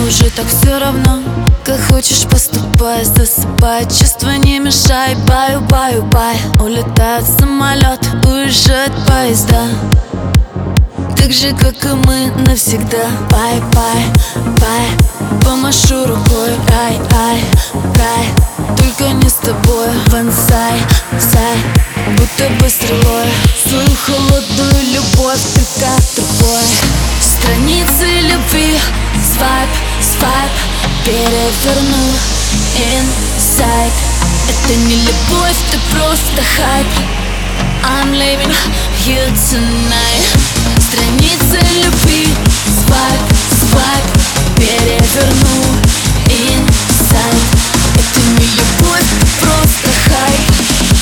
уже так все равно, как хочешь поступай. Засыпай, чувства не мешай. Баю, баю, бай. Улетает самолет, уезжает поезда, так же, как и мы навсегда. Бай, бай, бай. Помашу рукой, ай, ай, рай. Только не с тобой. Вансай, сай, будто бы стрелой. Свою холодную любовь ты как другой. Страницы любви, свайп, свайп, переверну инсайд. Это не любовь, ты просто хайп. I'm leaving you tonight. Страницы любви, свайп, свайп, переверну инсайд. Это не любовь, ты просто хайп.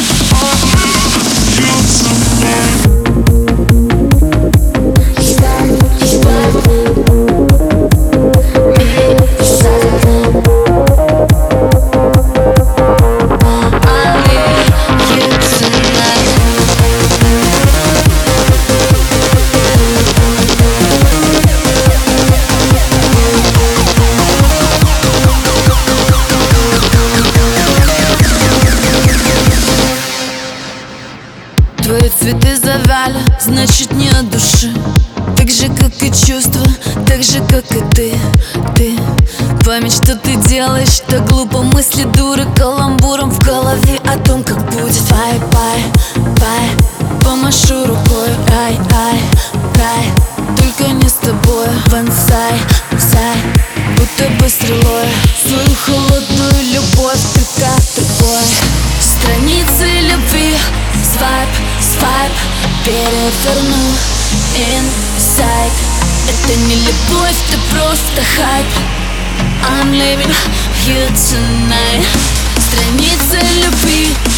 Твои цветы завяли, значит не от души. Так же, как и чувства, так же, как и ты. Память, что ты делаешь, так глупо. Мысли дуры каламбуром в голове о том, как будет. Бай, бай, бай. Помашу рукой, ай, ай, рай. Только не с тобой. Вансай, сай, будто бы стрелой. Свою холодную любовь ты как другой. Страницы любви, свайп, свайп, переверну инсайд. Это не любовь, ты просто хайп. I'm leaving you tonight. Страницы любви,